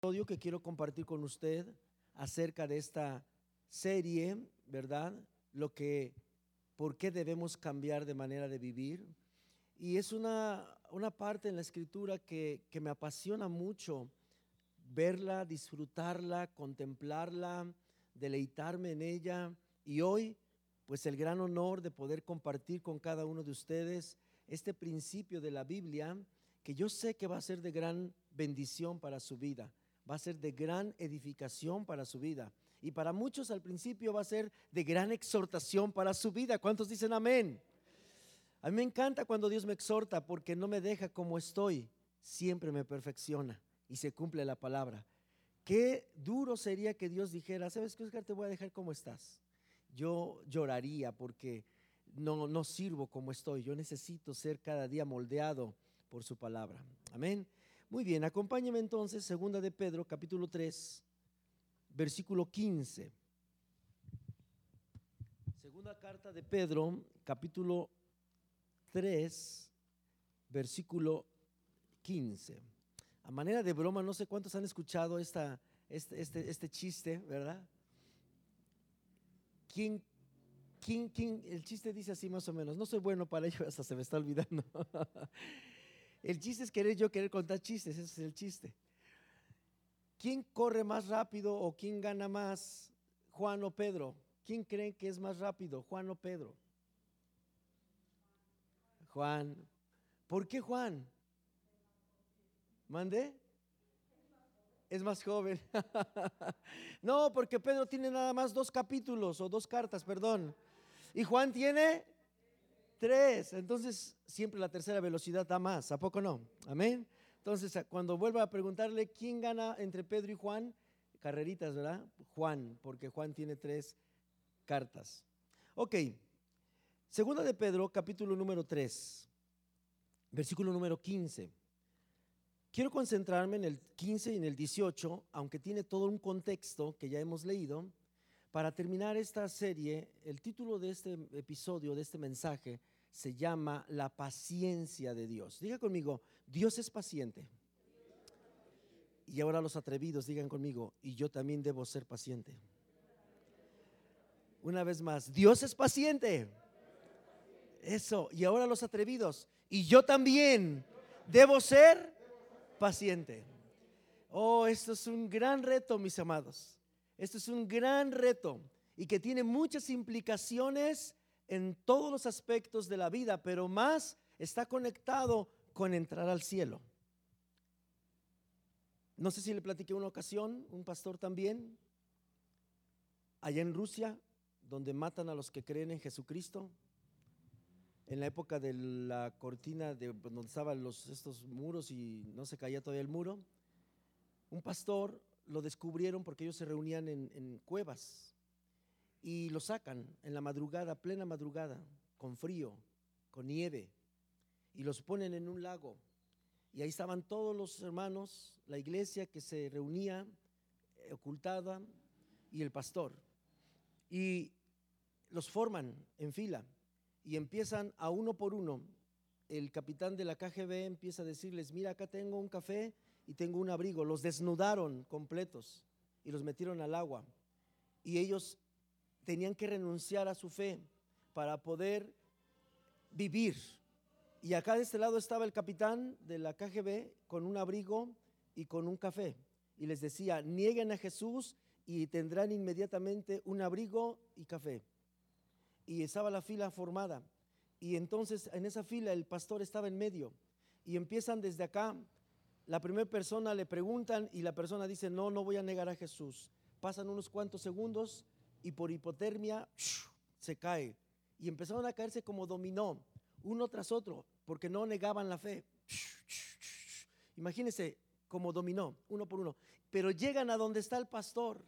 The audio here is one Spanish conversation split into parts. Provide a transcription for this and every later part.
Episodio que quiero compartir con usted acerca de esta serie, ¿verdad? ¿Por qué debemos cambiar de manera de vivir? Y es una parte en la escritura que me apasiona mucho verla, disfrutarla, contemplarla, deleitarme en ella. Y hoy, pues el gran honor de poder compartir con cada uno de ustedes este principio de la Biblia, que yo sé que va a ser de gran bendición para su vida, va a ser de gran edificación para su vida. Y para muchos al principio va a ser de gran exhortación para su vida. ¿Cuántos dicen amén? A mí me encanta cuando Dios me exhorta porque no me deja como estoy, siempre me perfecciona y se cumple la palabra. Qué duro sería que Dios dijera: ¿sabes qué, Oscar? Te voy a dejar como estás. Yo lloraría porque no sirvo como estoy. Yo necesito ser cada día moldeado por su palabra. Amén. Muy bien, acompáñeme entonces, segunda de Pedro, capítulo 3, versículo 15. Segunda carta de Pedro, capítulo 3, versículo 15. A manera de broma, no sé cuántos han escuchado este chiste, ¿verdad? ¿Quién? El chiste dice así más o menos. No soy bueno para ello, hasta se me está olvidando. El chiste es querer contar chistes, ese es el chiste. ¿Quién corre más rápido o quién gana más, Juan o Pedro? ¿Quién cree que es más rápido, Juan o Pedro? Juan. ¿Por qué Juan? ¿Mandé? Es más joven. No, porque Pedro tiene nada más 2 capítulos o 2 cartas, perdón. Y Juan tiene 3. Entonces siempre la tercera velocidad da más, ¿a poco no? Amén. Entonces cuando vuelva a preguntarle quién gana entre Pedro y Juan, carreritas, ¿verdad? Juan, porque Juan tiene 3 cartas. Ok, segunda de Pedro, capítulo número 3, versículo número 15. Quiero concentrarme en el 15 y en el 18, aunque tiene todo un contexto que ya hemos leído. Para terminar esta serie, el título de este episodio, de este mensaje, se llama La paciencia de Dios. Diga conmigo: Dios es paciente. Y ahora los atrevidos digan conmigo: y yo también debo ser paciente. Una vez más: Dios es paciente. Eso. Y ahora los atrevidos: y yo también debo ser paciente. Oh, esto es un gran reto, mis amados. Esto es un gran reto y que tiene muchas implicaciones en todos los aspectos de la vida, pero más está conectado con entrar al cielo. No sé si le platiqué una ocasión, un pastor también, allá en Rusia, donde matan a los que creen en Jesucristo, en la época de la cortina de donde estaban estos muros y no se caía todavía el muro. Un pastor lo descubrieron porque ellos se reunían en cuevas y lo sacan en la madrugada, plena madrugada, con frío, con nieve, y los ponen en un lago. Y ahí estaban todos los hermanos, la iglesia que se reunía ocultada, y el pastor. Y los forman en fila y empiezan a uno por uno. El capitán de la KGB empieza a decirles: mira, acá tengo un café y tengo un abrigo. Los desnudaron completos y los metieron al agua. Y ellos tenían que renunciar a su fe para poder vivir. Y acá de este lado estaba el capitán de la KGB con un abrigo y con un café. Y les decía: nieguen a Jesús y tendrán inmediatamente un abrigo y café. Y estaba la fila formada. Y entonces en esa fila el pastor estaba en medio. Y empiezan desde acá. La primera persona le preguntan y la persona dice: no voy a negar a Jesús. Pasan unos cuantos segundos y por hipotermia se cae. Y empezaron a caerse como dominó, uno tras otro, porque no negaban la fe. Imagínense, como dominó, uno por uno. Pero llegan a donde está el pastor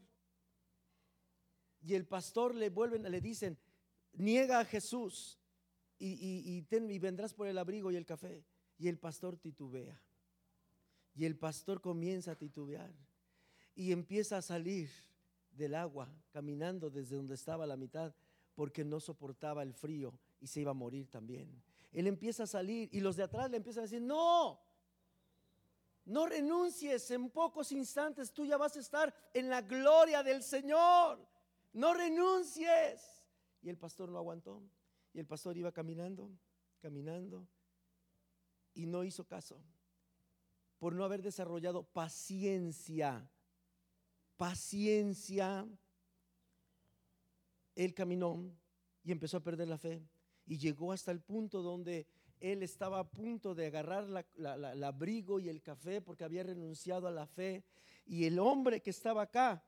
y el pastor le dicen: niega a Jesús y vendrás por el abrigo y el café. Y el pastor titubea. Y el pastor comienza a titubear y empieza a salir del agua, caminando desde donde estaba a la mitad, porque no soportaba el frío y se iba a morir también. Él empieza a salir y los de atrás le empiezan a decir: no, No renuncies, en pocos instantes tú ya vas a estar en la gloria del Señor. No renuncies. Y el pastor no aguantó. Y el pastor iba caminando, caminando, y no hizo caso por no haber desarrollado paciencia. Paciencia. Él caminó y empezó a perder la fe. Y llegó hasta el punto donde él estaba a punto de agarrar el abrigo y el café porque había renunciado a la fe. Y el hombre que estaba acá,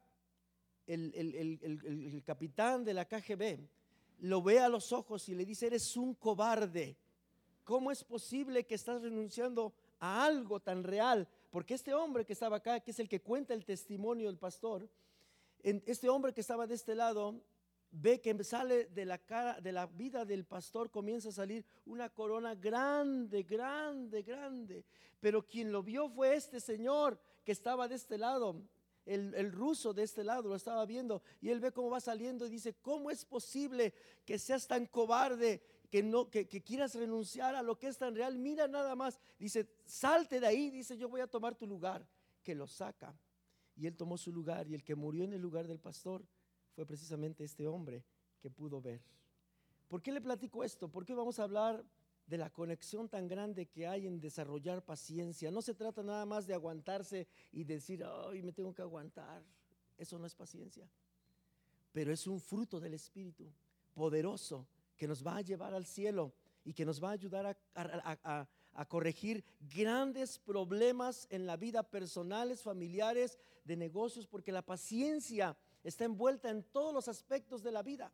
el capitán de la KGB, lo ve a los ojos y le dice: eres un cobarde. ¿Cómo es posible que estás renunciando a algo tan real? Porque este hombre que estaba acá, que es el que cuenta el testimonio del pastor, este hombre que estaba de este lado ve que sale de la cara, de la vida del pastor, comienza a salir una corona grande, grande, grande. Pero quien lo vio fue este señor que estaba de este lado. El ruso de este lado lo estaba viendo, y él ve cómo va saliendo y dice: ¿cómo es posible que seas tan cobarde, que quieras renunciar a lo que es tan real? Mira nada más, dice: salte de ahí, dice, yo voy a tomar tu lugar. Que lo saca, y él tomó su lugar, y el que murió en el lugar del pastor fue precisamente este hombre que pudo ver. ¿Por qué le platico esto? Porque vamos a hablar de la conexión tan grande que hay en desarrollar paciencia. No se trata nada más de aguantarse y decir: ay, me tengo que aguantar. Eso no es paciencia, pero es un fruto del Espíritu poderoso que nos va a llevar al cielo y que nos va a ayudar a corregir grandes problemas en la vida personales, familiares, de negocios, porque la paciencia está envuelta en todos los aspectos de la vida.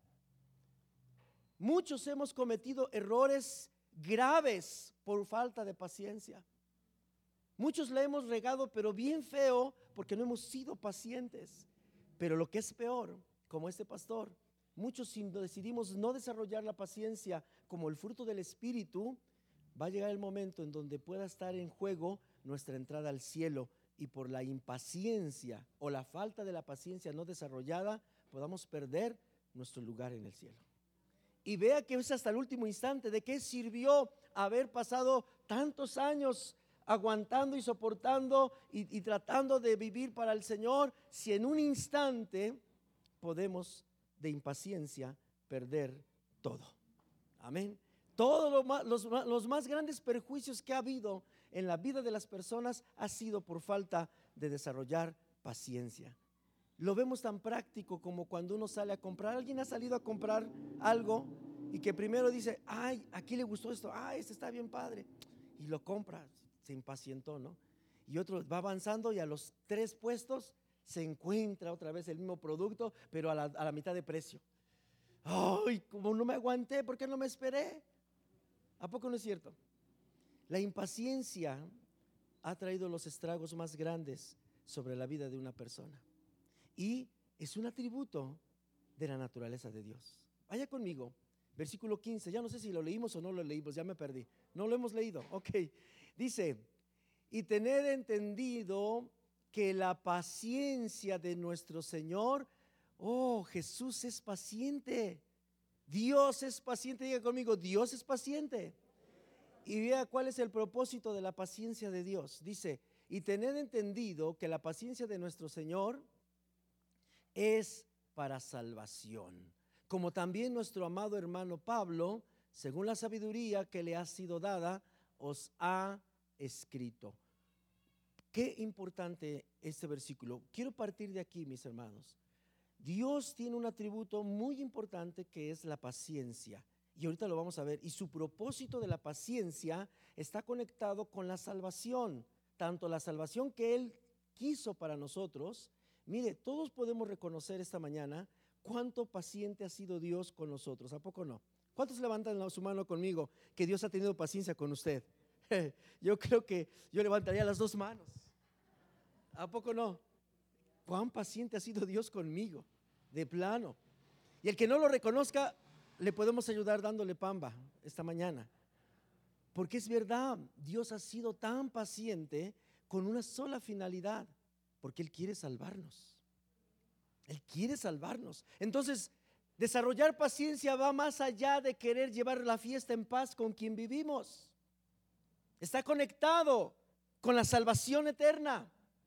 Muchos hemos cometido errores graves por falta de paciencia. Muchos le hemos regado, pero bien feo, porque no hemos sido pacientes. Pero lo que es peor, como este pastor, muchos, si decidimos no desarrollar la paciencia como el fruto del Espíritu, va a llegar el momento en donde pueda estar en juego nuestra entrada al cielo, y por la impaciencia o la falta de la paciencia no desarrollada podamos perder nuestro lugar en el cielo. Y vea que es hasta el último instante. ¿De qué sirvió haber pasado tantos años aguantando y soportando y tratando de vivir para el Señor, si en un instante podemos de impaciencia perder todo? Amén. Todos los más grandes perjuicios que ha habido en la vida de las personas ha sido por falta de desarrollar paciencia. Lo vemos tan práctico como cuando uno sale a comprar. ¿Alguien ha salido a comprar algo y que primero dice: ay, aquí le gustó esto, ay, este está bien padre, y lo compra? Se impacientó, ¿no? Y otro va avanzando y a los 3 puestos se encuentra otra vez el mismo producto, pero a la mitad de precio. Ay, como no me aguanté, ¿por qué no me esperé? ¿A poco no es cierto? La impaciencia ha traído los estragos más grandes sobre la vida de una persona, y es un atributo de la naturaleza de Dios. Vaya conmigo, versículo 15. Ya no sé si lo leímos o no lo leímos, ya me perdí. No lo hemos leído, ok. Dice: y tened entendido que la paciencia de nuestro Señor, oh, Jesús es paciente, Dios es paciente. Diga conmigo: Dios es paciente. Y vea cuál es el propósito de la paciencia de Dios. Dice: y tened entendido que la paciencia de nuestro Señor es para salvación, como también nuestro amado hermano Pablo, según la sabiduría que le ha sido dada, os ha escrito. Qué importante este versículo. Quiero partir de aquí, mis hermanos. Dios tiene un atributo muy importante que es la paciencia, y ahorita lo vamos a ver. Y su propósito de la paciencia está conectado con la salvación, tanto la salvación que Él quiso para nosotros. Mire, todos podemos reconocer esta mañana cuánto paciente ha sido Dios con nosotros. ¿A poco no? ¿Cuántos levantan su mano conmigo que Dios ha tenido paciencia con usted? Yo creo que yo levantaría las 2 manos. ¿A poco no? ¿Cuán paciente ha sido Dios conmigo? De plano. Y el que no lo reconozca, le podemos ayudar dándole pamba esta mañana. Porque es verdad, Dios ha sido tan paciente con una sola finalidad: porque Él quiere salvarnos. Él quiere salvarnos. Entonces, desarrollar paciencia va más allá de querer llevar la fiesta en paz con quien vivimos. Está conectado con la salvación eterna.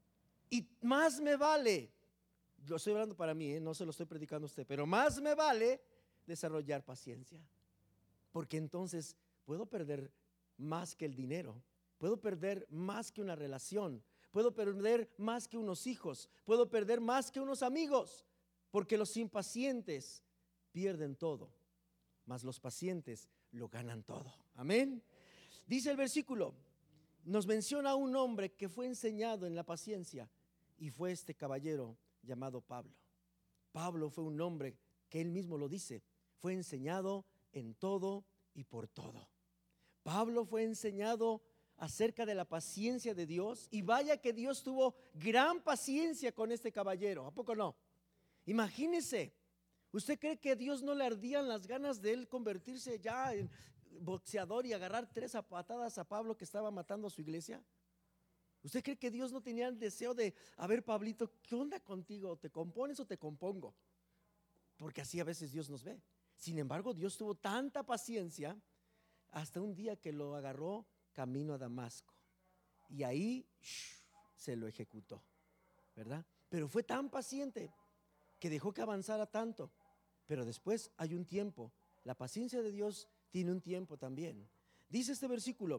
Y más me vale, lo estoy hablando para mí, no se lo estoy predicando a usted, pero más me vale desarrollar paciencia, porque entonces puedo perder más que el dinero, puedo perder más que una relación, puedo perder más que unos hijos, puedo perder más que unos amigos, porque los impacientes pierden todo, mas los pacientes lo ganan todo. Amén. Dice el versículo, nos menciona a un hombre que fue enseñado en la paciencia, y fue este caballero llamado Pablo. Pablo fue un hombre que él mismo lo dice, fue enseñado en todo y por todo. Pablo fue enseñado acerca de la paciencia de Dios, y vaya que Dios tuvo gran paciencia con este caballero, ¿a poco no? Imagínese, ¿usted cree que a Dios no le ardían las ganas de él convertirse ya en boxeador y agarrar 3 patadas a Pablo que estaba matando a su iglesia? ¿Usted cree que Dios no tenía el deseo de, a ver, Pablito, ¿qué onda contigo? ¿Te compones o te compongo? Porque así a veces Dios nos ve. Sin embargo, Dios tuvo tanta paciencia hasta un día que lo agarró camino a Damasco, y ahí se lo ejecutó, ¿verdad? Pero fue tan paciente que dejó que avanzara tanto. Pero después hay un tiempo. La paciencia de Dios tiene un tiempo también. Dice este versículo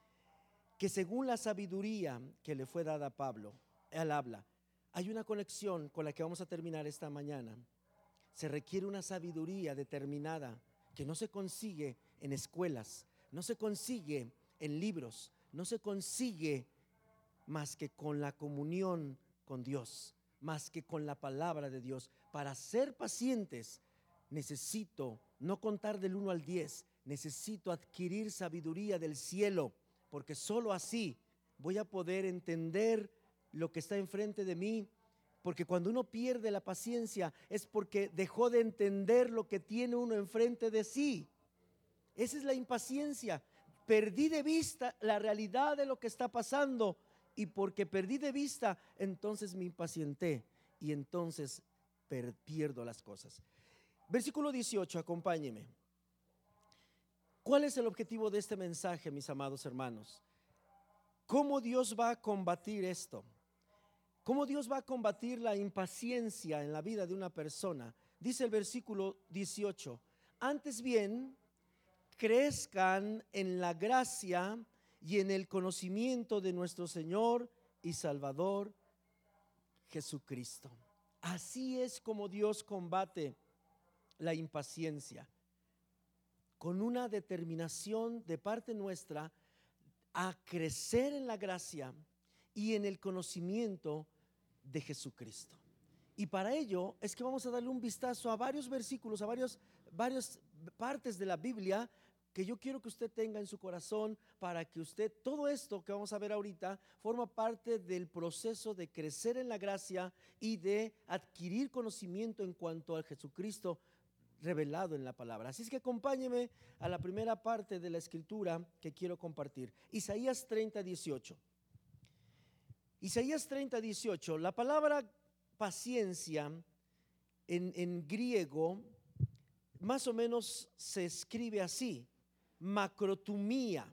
que según la sabiduría que le fue dada a Pablo, él habla, hay una conexión con la que vamos a terminar esta mañana. Se requiere una sabiduría determinada que no se consigue en escuelas, no se consigue en libros, no se consigue más que con la comunión con Dios, más que con la palabra de Dios. Para ser pacientes necesito no contar del 1 al 10, necesito adquirir sabiduría del cielo, porque solo así voy a poder entender lo que está enfrente de mí. Porque cuando uno pierde la paciencia es porque dejó de entender lo que tiene uno enfrente de sí. Esa es la impaciencia. Perdí de vista la realidad de lo que está pasando, y porque perdí de vista, entonces me impacienté y entonces pierdo las cosas. Versículo 18, acompáñeme. ¿Cuál es el objetivo de este mensaje, mis amados hermanos? ¿Cómo Dios va a combatir esto? ¿Cómo Dios va a combatir la impaciencia en la vida de una persona? Dice el versículo 18, antes bien, crezcan en la gracia y en el conocimiento de nuestro Señor y Salvador Jesucristo. Así es como Dios combate la impaciencia, con una determinación de parte nuestra a crecer en la gracia y en el conocimiento de Jesucristo. Y para ello es que vamos a darle un vistazo a varios versículos, a varias partes de la Biblia que yo quiero que usted tenga en su corazón, para que usted, todo esto que vamos a ver ahorita, forma parte del proceso de crecer en la gracia y de adquirir conocimiento en cuanto a Jesucristo revelado en la palabra. Así es que acompáñeme a la primera parte de la escritura que quiero compartir. Isaías 30:18. Isaías 30:18. La palabra paciencia en griego más o menos se escribe así: macrotumía,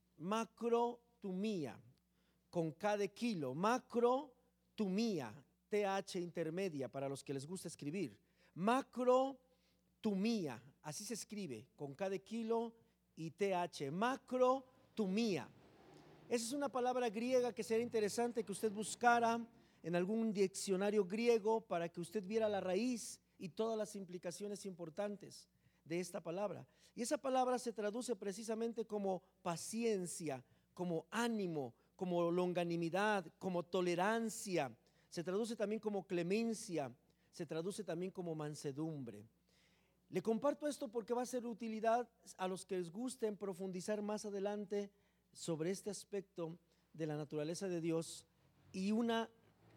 con K de kilo, macrotumía, TH intermedia para los que les gusta escribir, macrotumía, así se escribe, con K de kilo y TH, macrotumía. Esa es una palabra griega que sería interesante que usted buscara en algún diccionario griego, para que usted viera la raíz y todas las implicaciones importantes de esta palabra. Y esa palabra se traduce precisamente como paciencia, como ánimo, como longanimidad, como tolerancia. Se traduce también como clemencia, se traduce también como mansedumbre. Le comparto esto porque va a ser de utilidad a los que les gusten profundizar más adelante sobre este aspecto de la naturaleza de Dios y una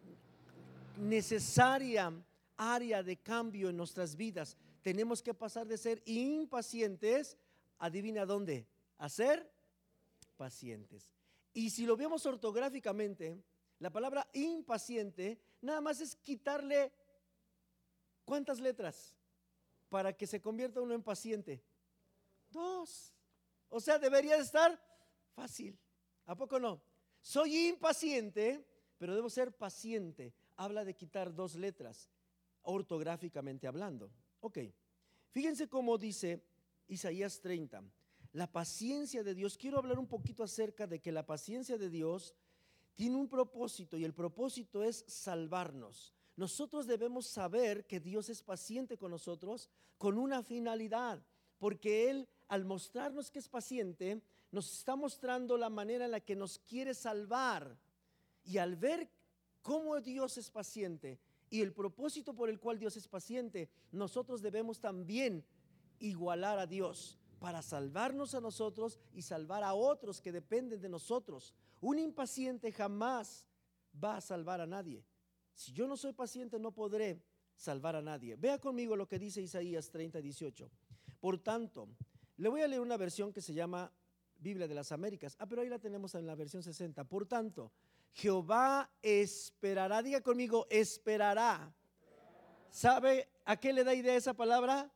necesaria área de cambio en nuestras vidas. Tenemos que pasar de ser impacientes, adivina dónde, a ser pacientes. Y si lo vemos ortográficamente, la palabra impaciente nada más es quitarle ¿cuántas letras para que se convierta uno en paciente? 2. O sea, debería estar fácil. ¿A poco no? Soy impaciente, pero debo ser paciente. Habla de quitar 2 letras, ortográficamente hablando. Ok, fíjense cómo dice Isaías 30. La paciencia de Dios. Quiero hablar un poquito acerca de que la paciencia de Dios tiene un propósito, y el propósito es salvarnos. Nosotros debemos saber que Dios es paciente con nosotros con una finalidad, porque Él, al mostrarnos que es paciente, nos está mostrando la manera en la que nos quiere salvar. Y al ver cómo Dios es paciente y el propósito por el cual Dios es paciente, nosotros debemos también igualar a Dios para salvarnos a nosotros y salvar a otros que dependen de nosotros. Un impaciente jamás va a salvar a nadie. Si yo no soy paciente, no podré salvar a nadie. Vea conmigo lo que dice Isaías 30:18. Por tanto, le voy a leer una versión que se llama Biblia de las Américas. Pero ahí la tenemos en la versión 60. Por tanto, Jehová esperará. Diga conmigo, esperará. ¿Sabe a qué le da idea esa palabra?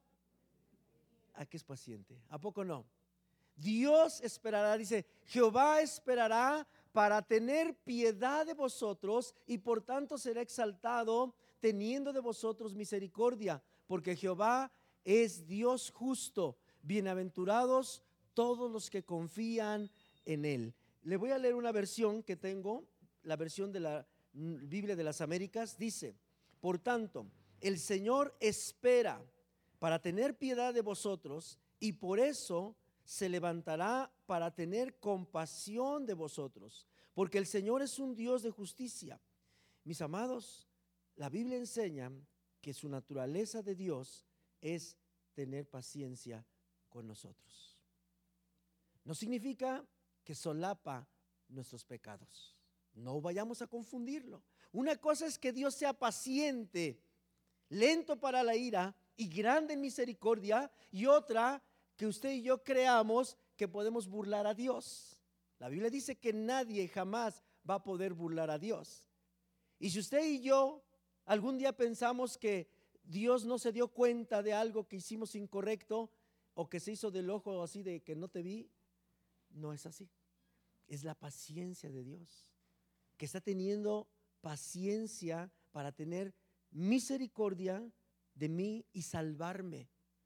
A que es paciente. ¿A poco no? Dios esperará, dice, Jehová esperará para tener piedad de vosotros, y por tanto será exaltado, teniendo de vosotros misericordia, porque Jehová es Dios justo. Bienaventurados todos los que confían en Él. Le voy a leer una versión que tengo, la versión de la Biblia de las Américas. Dice: por tanto, el Señor espera para tener piedad de vosotros, y por eso se levantará para tener compasión de vosotros, porque el Señor es un Dios de justicia. Mis amados, la Biblia enseña que su naturaleza de Dios es tener paciencia con nosotros. No significa que solapa nuestros pecados. No vayamos a confundirlo. Una cosa es que Dios sea paciente, lento para la ira y grande en misericordia, y otra, que usted y yo creamos que podemos burlar a Dios. La Biblia dice que nadie jamás va a poder burlar a Dios. Y si usted y yo algún día pensamos que Dios no se dio cuenta de algo que hicimos incorrecto, o que se hizo del ojo así de que no te vi, no es así. Es la paciencia de Dios, que está teniendo paciencia para tener misericordia de mí y salvarme.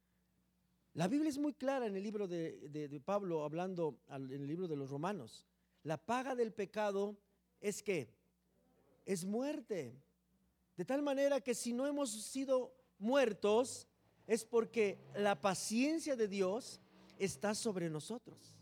La Biblia es muy clara en el libro de Pablo, hablando en el libro de los Romanos. La paga del pecado es ¿qué? Es muerte. De tal manera que si no hemos sido muertos, es porque la paciencia de Dios está sobre nosotros.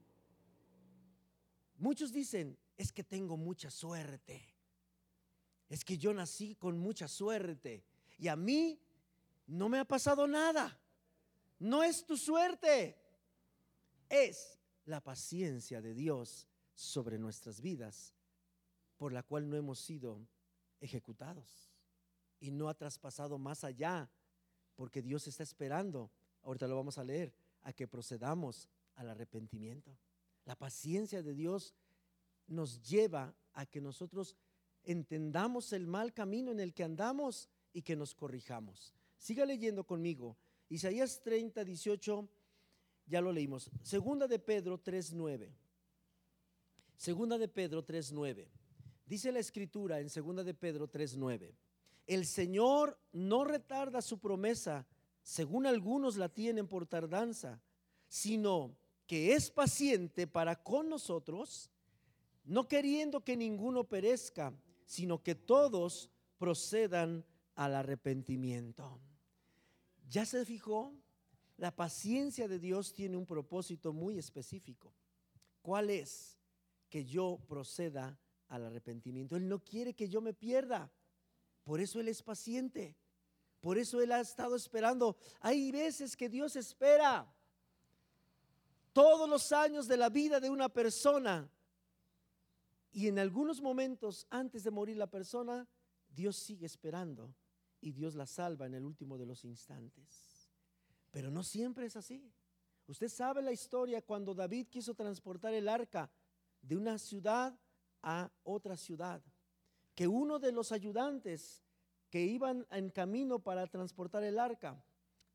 Muchos dicen: es que tengo mucha suerte, es que yo nací con mucha suerte y a mí no me ha pasado nada. No es tu suerte, es la paciencia de Dios sobre nuestras vidas, por la cual no hemos sido ejecutados y no ha traspasado más allá, porque Dios está esperando, ahorita lo vamos a leer, a que procedamos al arrepentimiento. La paciencia de Dios nos lleva a que nosotros entendamos el mal camino en el que andamos y que nos corrijamos. Siga leyendo conmigo. Isaías 30:18, ya lo leímos. Segunda de Pedro 3:9. Segunda de Pedro 3:9. Dice la escritura en segunda de Pedro 3:9: el Señor no retarda su promesa, según algunos la tienen por tardanza, sino que es paciente para con nosotros, no queriendo que ninguno perezca, sino que todos procedan al arrepentimiento. ¿Ya se fijó? La paciencia de Dios tiene un propósito muy específico. ¿Cuál es? Que yo proceda al arrepentimiento. Él no quiere que yo me pierda. Por eso Él es paciente. Por eso Él ha estado esperando. Hay veces que Dios espera todos los años de la vida de una persona, y en algunos momentos antes de morir la persona, Dios sigue esperando y Dios la salva en el último de los instantes. Pero no siempre es así. Usted sabe la historia cuando David quiso transportar el arca de una ciudad a otra ciudad, que uno de los ayudantes que iban en camino para transportar el arca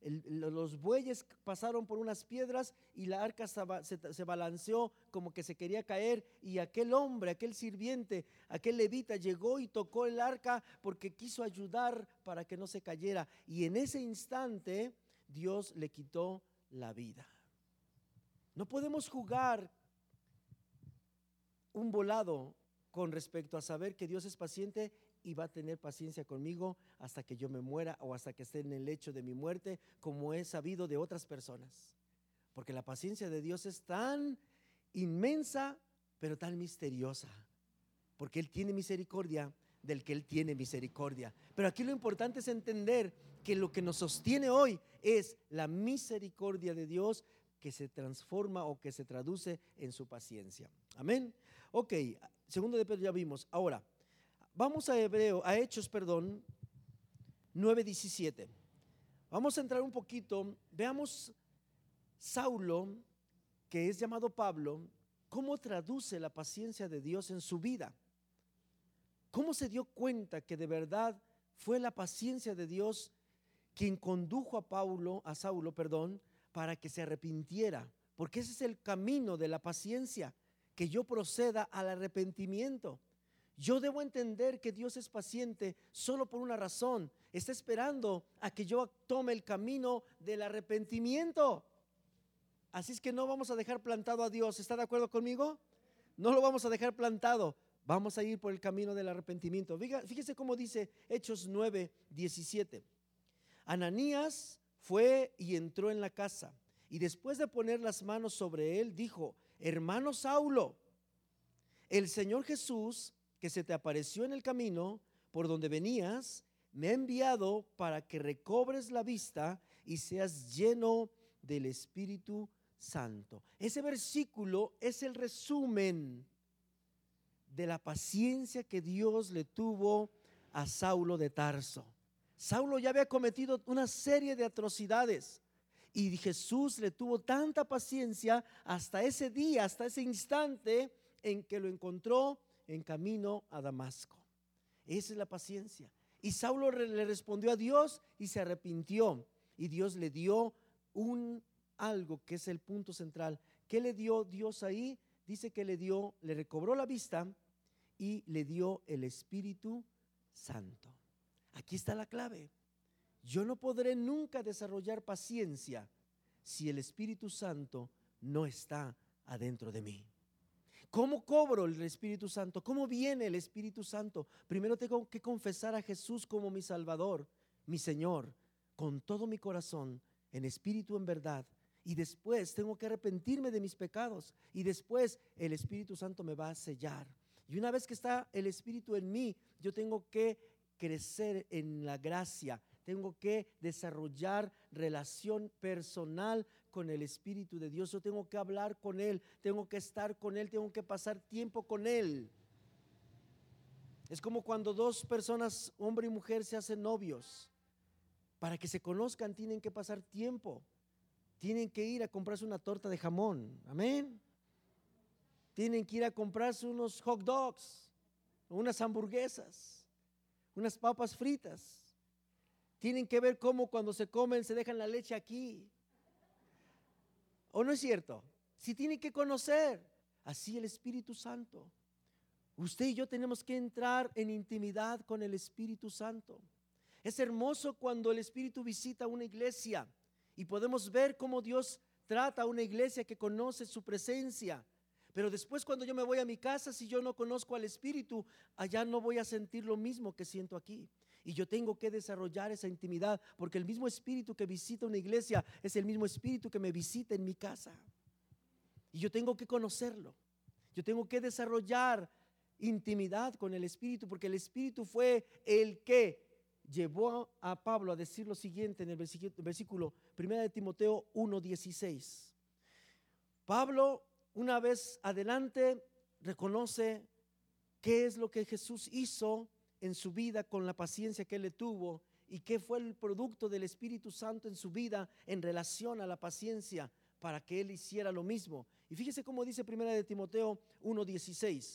los bueyes pasaron por unas piedras y la arca se balanceó como que se quería caer, y aquel hombre, aquel sirviente, aquel levita llegó y tocó el arca porque quiso ayudar para que no se cayera, y en ese instante Dios le quitó la vida. No podemos jugar un volado con respecto a saber que Dios es paciente y va a tener paciencia conmigo hasta que yo me muera o hasta que esté en el lecho de mi muerte, como he sabido de otras personas. Porque la paciencia de Dios es tan inmensa, pero tan misteriosa. Porque Él tiene misericordia del que Él tiene misericordia. Pero aquí lo importante es entender que lo que nos sostiene hoy es la misericordia de Dios, que se transforma o que se traduce en su paciencia. Amén. Ok, segundo de Pedro ya vimos. Ahora vamos a Hechos 9:17. Vamos a entrar un poquito. Veamos Saulo, que es llamado Pablo, cómo traduce la paciencia de Dios en su vida. Cómo se dio cuenta que de verdad fue la paciencia de Dios quien condujo a Saulo, para que se arrepintiera, porque ese es el camino de la paciencia, que yo proceda al arrepentimiento. Yo debo entender que Dios es paciente solo por una razón: está esperando a que yo tome el camino del arrepentimiento. Así es que no vamos a dejar plantado a Dios. ¿Está de acuerdo conmigo? No lo vamos a dejar plantado. Vamos a ir por el camino del arrepentimiento. Fíjese cómo dice Hechos 9:17. Ananías fue y entró en la casa, y después de poner las manos sobre él, dijo: hermano Saulo, el Señor Jesús, que se te apareció en el camino por donde venías, me ha enviado para que recobres la vista y seas lleno del Espíritu Santo. Ese versículo es el resumen de la paciencia que Dios le tuvo a Saulo de Tarso. Saulo ya había cometido una serie de atrocidades, y Jesús le tuvo tanta paciencia hasta ese día, hasta ese instante en que lo encontró en camino a Damasco. Esa es la paciencia. Y Saulo le respondió a Dios y se arrepintió, y Dios le dio algo que es el punto central. ¿Qué le dio Dios ahí? Dice que le recobró la vista y le dio el Espíritu Santo. Aquí está la clave. Yo no podré nunca desarrollar paciencia si el Espíritu Santo no está adentro de mí. ¿Cómo cobro el Espíritu Santo? ¿Cómo viene el Espíritu Santo? Primero tengo que confesar a Jesús como mi Salvador, mi Señor, con todo mi corazón, en espíritu, en verdad. Y después tengo que arrepentirme de mis pecados. Y después el Espíritu Santo me va a sellar. Y una vez que está el Espíritu en mí, yo tengo que crecer en la gracia. Tengo que desarrollar relación personal con el Espíritu de Dios. Yo tengo que hablar con Él, tengo que estar con Él, tengo que pasar tiempo con Él. Es como cuando dos personas, hombre y mujer, se hacen novios. Para que se conozcan tienen que pasar tiempo. Tienen que ir a comprarse una torta de jamón. Amén. Tienen que ir a comprarse unos hot dogs, unas hamburguesas, unas papas fritas. Tienen que ver cómo cuando se comen se dejan la leche aquí. ¿O no es cierto? Si tienen que conocer. Así el Espíritu Santo. Usted y yo tenemos que entrar en intimidad con el Espíritu Santo. Es hermoso cuando el Espíritu visita una iglesia y podemos ver cómo Dios trata a una iglesia que conoce su presencia. Pero después, cuando yo me voy a mi casa, si yo no conozco al Espíritu, allá no voy a sentir lo mismo que siento aquí. Y yo tengo que desarrollar esa intimidad, porque el mismo Espíritu que visita una iglesia es el mismo Espíritu que me visita en mi casa. Y yo tengo que conocerlo. Yo tengo que desarrollar intimidad con el Espíritu, porque el Espíritu fue el que llevó a Pablo a decir lo siguiente en el versículo 1 de Timoteo 1:16. Pablo, una vez adelante, reconoce qué es lo que Jesús hizo en su vida con la paciencia que él le tuvo, y qué fue el producto del Espíritu Santo en su vida en relación a la paciencia, para que él hiciera lo mismo. Y fíjese cómo dice 1 de Timoteo 1:16.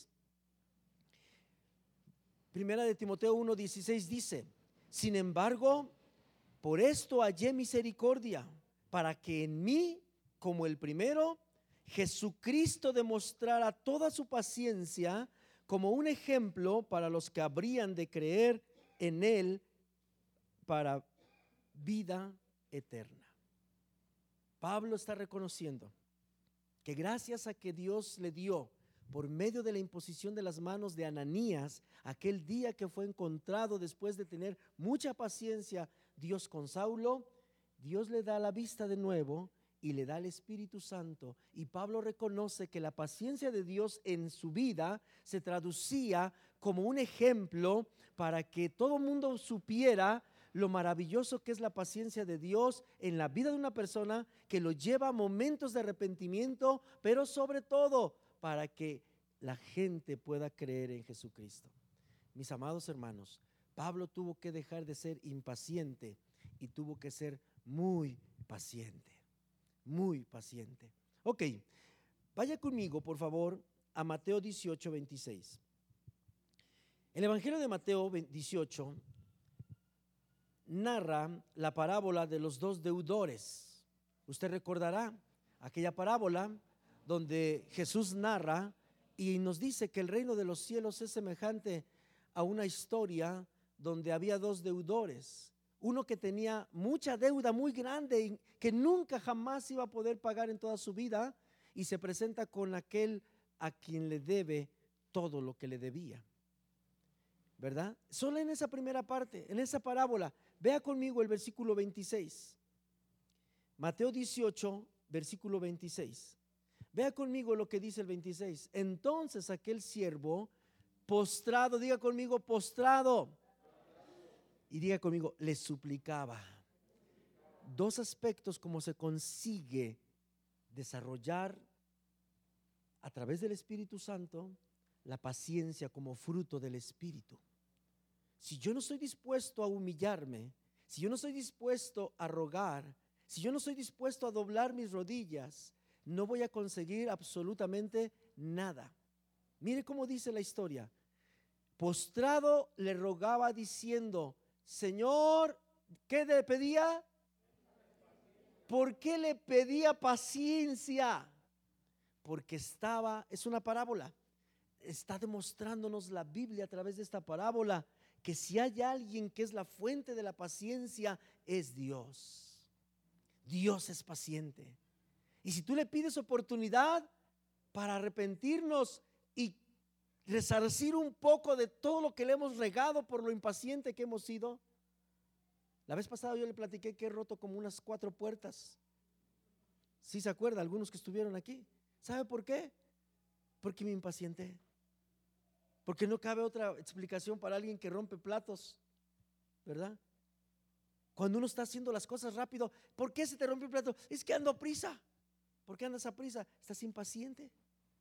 1 de Timoteo 1:16 dice: sin embargo, Por esto hallé misericordia, para que en mí, como el primero, Jesucristo demostrara toda su paciencia como un ejemplo para los que habrían de creer en él para vida eterna. Pablo está reconociendo que gracias a que Dios le dio por medio de la imposición de las manos de Ananías, aquel día que fue encontrado después de tener mucha paciencia Dios con Saulo, Dios le da la vista de nuevo y le da el Espíritu Santo. Y Pablo reconoce que la paciencia de Dios en su vida se traducía como un ejemplo para que todo el mundo supiera lo maravilloso que es la paciencia de Dios en la vida de una persona, que lo lleva a momentos de arrepentimiento, pero sobre todo para que la gente pueda creer en Jesucristo. Mis amados hermanos, Pablo tuvo que dejar de ser impaciente y tuvo que ser muy paciente, muy paciente. Ok, vaya conmigo por favor a Mateo 18, 26. El Evangelio de Mateo 18 narra la parábola de los dos deudores. Usted recordará aquella parábola donde Jesús narra y nos dice que el reino de los cielos es semejante a una historia donde había dos deudores. Uno que tenía mucha deuda muy grande y que nunca jamás iba a poder pagar en toda su vida, y se presenta con aquel a quien le debe todo lo que le debía, ¿verdad? Solo en esa primera parte, en esa parábola. Vea conmigo el versículo 26. Mateo 18, versículo 26. Vea conmigo lo que dice el 26. Entonces aquel siervo postrado, diga conmigo postrado, y diga conmigo le suplicaba. Dos aspectos como se consigue desarrollar a través del Espíritu Santo la paciencia como fruto del Espíritu. Si yo no estoy dispuesto a humillarme, si yo no estoy dispuesto a rogar, si yo no estoy dispuesto a doblar mis rodillas, no voy a conseguir absolutamente nada. Mire cómo dice la historia. Postrado le rogaba diciendo: Señor, ¿qué le pedía? ¿Por qué le pedía paciencia? Porque es una parábola. Está demostrándonos la Biblia a través de esta parábola que si hay alguien que es la fuente de la paciencia, es Dios. Dios es paciente. Y si tú le pides oportunidad para arrepentirnos y resarcir un poco de todo lo que le hemos regado por lo impaciente que hemos sido. La vez pasada yo le platiqué que he roto como unas 4 puertas. ¿Sí se acuerda? Algunos que estuvieron aquí. ¿Sabe por qué? Porque me impacienté. Porque no cabe otra explicación para alguien que rompe platos, ¿verdad? Cuando uno está haciendo las cosas rápido, ¿por qué se te rompe el plato? Es que ando a prisa. ¿Por qué andas a prisa? Estás impaciente.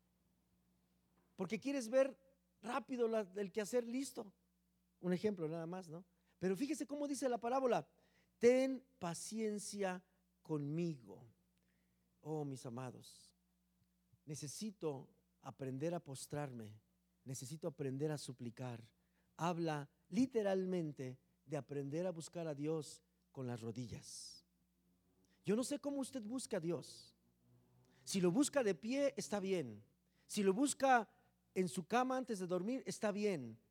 Porque quieres ver rápido el quehacer listo. Un ejemplo nada más, ¿no? Pero fíjese cómo dice la parábola: ten paciencia conmigo. Oh, mis amados, necesito aprender a postrarme, necesito aprender a suplicar. Habla literalmente de aprender a buscar a Dios con las rodillas. Yo no sé cómo usted busca a Dios. Si lo busca de pie, está bien. Si lo busca en su cama antes de dormir, está bien.